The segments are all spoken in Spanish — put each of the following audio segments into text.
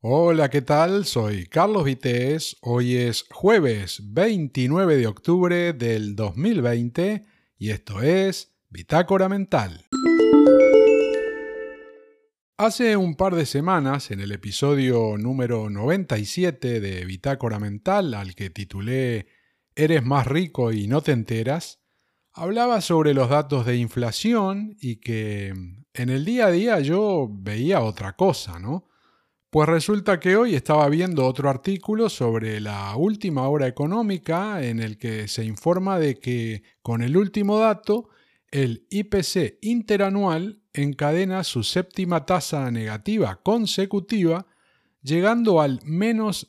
Hola, ¿qué tal? Soy Carlos Vitéz. Hoy es jueves 29 de octubre del 2020 y esto es Bitácora Mental. Hace un par de semanas, en el episodio número 97 de Bitácora Mental, al que titulé ¿Eres más rico y no te enteras?, hablaba sobre los datos de inflación y que en el día a día yo veía otra cosa, ¿no? Pues resulta que hoy estaba viendo otro artículo sobre la última hora económica en el que se informa de que con el último dato, el IPC interanual encadena su séptima tasa negativa consecutiva, llegando al menos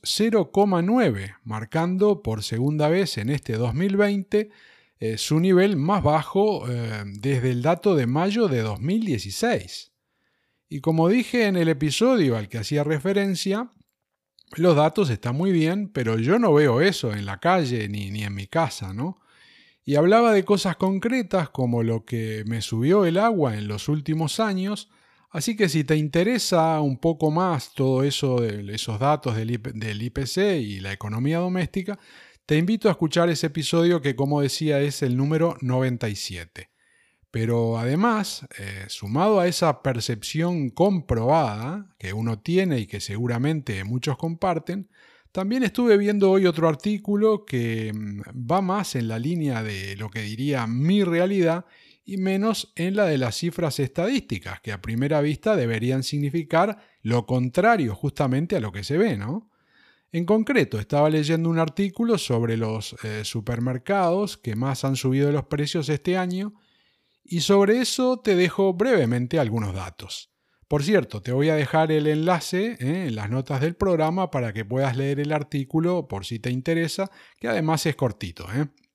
0,9, marcando por segunda vez en este 2020 su nivel más bajo desde el dato de mayo de 2016. Y como dije en el episodio al que hacía referencia, los datos están muy bien, pero yo no veo eso en la calle ni en mi casa, ¿no? Y hablaba de cosas concretas como lo que me subió el agua en los últimos años, así que si te interesa un poco más todo eso, esos datos del IPC y la economía doméstica, te invito a escuchar ese episodio que, como decía, es el número 97. Pero además, sumado a esa percepción comprobada que uno tiene y que seguramente muchos comparten, también estuve viendo hoy otro artículo que va más en la línea de lo que diría mi realidad y menos en la de las cifras estadísticas, que a primera vista deberían significar lo contrario justamente a lo que se ve, ¿no? En concreto, estaba leyendo un artículo sobre los supermercados que más han subido los precios este año. Y sobre eso te dejo brevemente algunos datos. Por cierto, te voy a dejar el enlace en las notas del programa para que puedas leer el artículo por si te interesa, que además es cortito.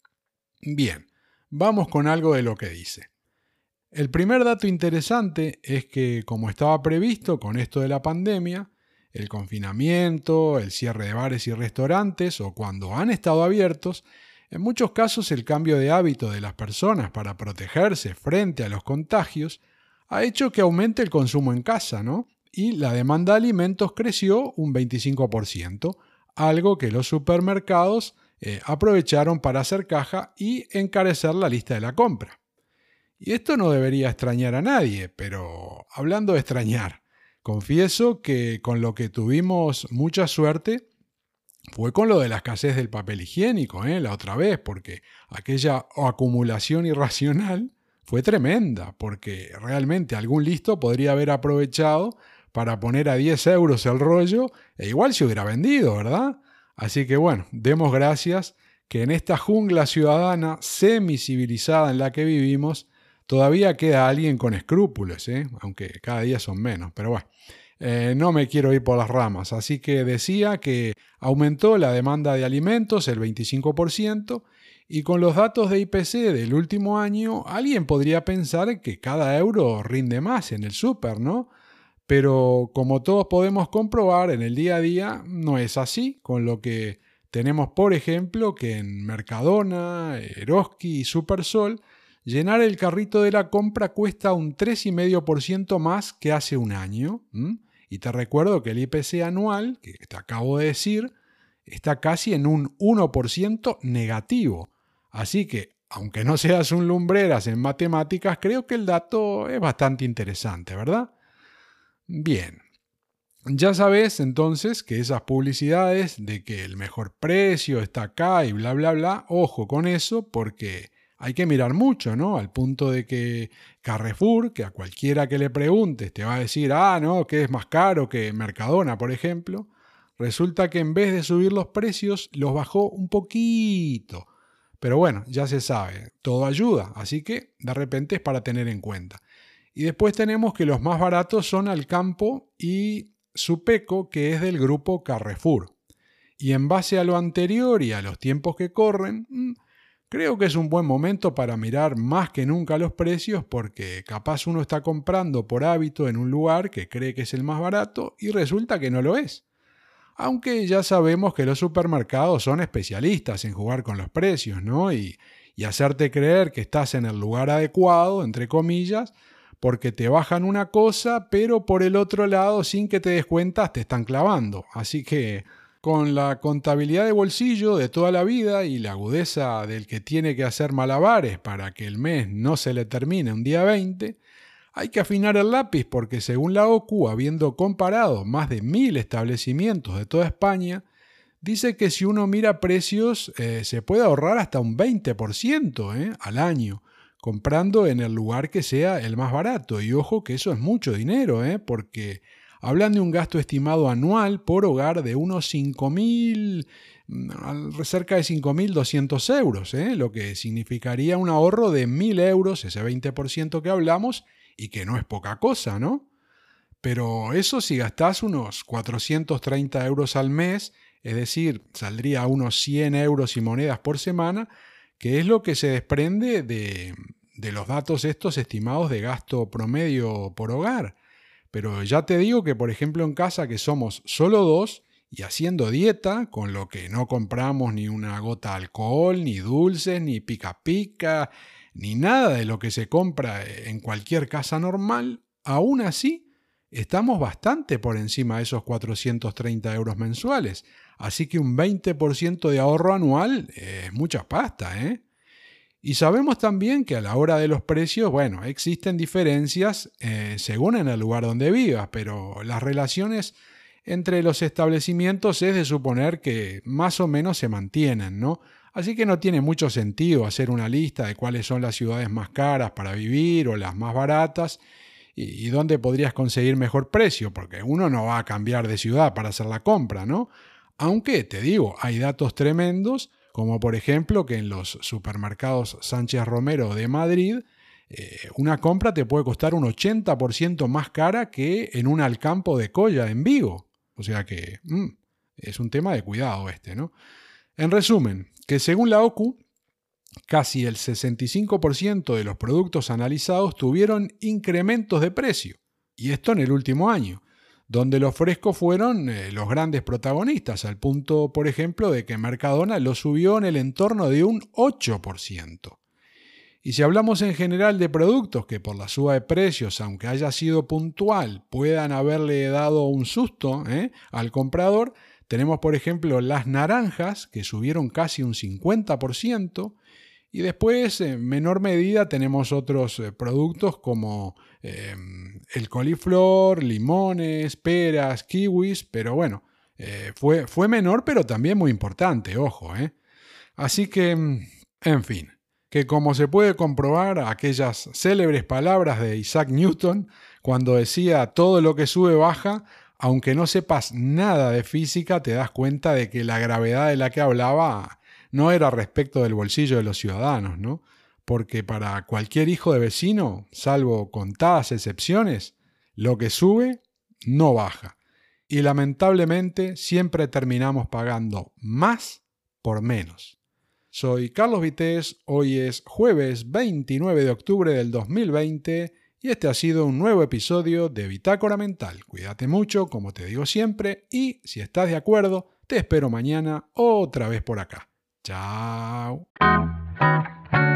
Bien, vamos con algo de lo que dice. El primer dato interesante es que, como estaba previsto con esto de la pandemia, el confinamiento, el cierre de bares y restaurantes o cuando han estado abiertos, en muchos casos el cambio de hábito de las personas para protegerse frente a los contagios ha hecho que aumente el consumo en casa, ¿no? Y la demanda de alimentos creció un 25%, algo que los supermercados aprovecharon para hacer caja y encarecer la lista de la compra. Y esto no debería extrañar a nadie, pero hablando de extrañar, confieso que con lo que tuvimos mucha suerte fue con lo de la escasez del papel higiénico, la otra vez, porque aquella acumulación irracional fue tremenda, porque realmente algún listo podría haber aprovechado para poner a 10 euros el rollo e igual se hubiera vendido, ¿verdad? Así que bueno, demos gracias que en esta jungla ciudadana semi-civilizada en la que vivimos todavía queda alguien con escrúpulos, aunque cada día son menos, pero bueno. No me quiero ir por las ramas, así que decía que aumentó la demanda de alimentos el 25% y con los datos de IPC del último año alguien podría pensar que cada euro rinde más en el súper, ¿no? Pero como todos podemos comprobar en el día a día no es así, con lo que tenemos por ejemplo que en Mercadona, Eroski y Supersol llenar el carrito de la compra cuesta un 3,5% más que hace un año. Y te recuerdo que el IPC anual, que te acabo de decir, está casi en un 1% negativo. Así que, aunque no seas un lumbreras en matemáticas, creo que el dato es bastante interesante, ¿verdad? Bien. Ya sabes entonces que esas publicidades de que el mejor precio está acá y bla bla bla, ojo con eso porque hay que mirar mucho, ¿no? Al punto de que Carrefour, que a cualquiera que le preguntes te va a decir, no, que es más caro que Mercadona, por ejemplo, resulta que en vez de subir los precios, los bajó un poquito. Pero bueno, ya se sabe, todo ayuda, así que de repente es para tener en cuenta. Y después tenemos que los más baratos son Alcampo y Supeco, que es del grupo Carrefour. Y en base a lo anterior y a los tiempos que corren, creo que es un buen momento para mirar más que nunca los precios porque capaz uno está comprando por hábito en un lugar que cree que es el más barato y resulta que no lo es. Aunque ya sabemos que los supermercados son especialistas en jugar con los precios, ¿no? Y hacerte creer que estás en el lugar adecuado, entre comillas, porque te bajan una cosa, pero por el otro lado, sin que te des cuenta, te están clavando. Así que con la contabilidad de bolsillo de toda la vida y la agudeza del que tiene que hacer malabares para que el mes no se le termine un día 20, hay que afinar el lápiz porque según la OCU, habiendo comparado más de 1000 establecimientos de toda España, dice que si uno mira precios se puede ahorrar hasta un 20% al año, comprando en el lugar que sea el más barato. Y ojo que eso es mucho dinero, porque hablan de un gasto estimado anual por hogar de unos cerca de 5.200 euros, lo que significaría un ahorro de 1.000 euros, ese 20% que hablamos, y que no es poca cosa, ¿no? Pero eso si gastás unos 430 euros al mes, es decir, saldría a unos 100 euros y monedas por semana, que es lo que se desprende de los datos estos estimados de gasto promedio por hogar. Pero ya te digo que, por ejemplo, en casa que somos solo 2 y haciendo dieta, con lo que no compramos ni una gota de alcohol, ni dulces, ni pica pica, ni nada de lo que se compra en cualquier casa normal, aún así estamos bastante por encima de esos 430 euros mensuales. Así que un 20% de ahorro anual es mucha pasta, Y sabemos también que a la hora de los precios, bueno, existen diferencias según en el lugar donde vivas, pero las relaciones entre los establecimientos es de suponer que más o menos se mantienen, ¿no? Así que no tiene mucho sentido hacer una lista de cuáles son las ciudades más caras para vivir o las más baratas y dónde podrías conseguir mejor precio, porque uno no va a cambiar de ciudad para hacer la compra, ¿no? Aunque, te digo, hay datos tremendos, como por ejemplo que en los supermercados Sánchez Romero de Madrid, una compra te puede costar un 80% más cara que en un Alcampo de Colla en Vigo. O sea que es un tema de cuidado ¿no? En resumen, que según la OCU, casi el 65% de los productos analizados tuvieron incrementos de precio, y esto en el último año, donde los frescos fueron los grandes protagonistas, al punto, por ejemplo, de que Mercadona lo subió en el entorno de un 8%. Y si hablamos en general de productos que por la suba de precios, aunque haya sido puntual, puedan haberle dado un susto al comprador, tenemos, por ejemplo, las naranjas, que subieron casi un 50%, y después, en menor medida, tenemos otros productos como el coliflor, limones, peras, kiwis, pero bueno, fue menor, pero también muy importante, ojo. Así que, en fin, que como se puede comprobar, aquellas célebres palabras de Isaac Newton, cuando decía todo lo que sube baja, aunque no sepas nada de física, te das cuenta de que la gravedad de la que hablaba no era respecto del bolsillo de los ciudadanos, ¿no? Porque para cualquier hijo de vecino, salvo contadas excepciones, lo que sube no baja. Y lamentablemente siempre terminamos pagando más por menos. Soy Carlos Vitéz, hoy es jueves 29 de octubre del 2020 y este ha sido un nuevo episodio de Bitácora Mental. Cuídate mucho, como te digo siempre, y si estás de acuerdo, te espero mañana otra vez por acá. Chao.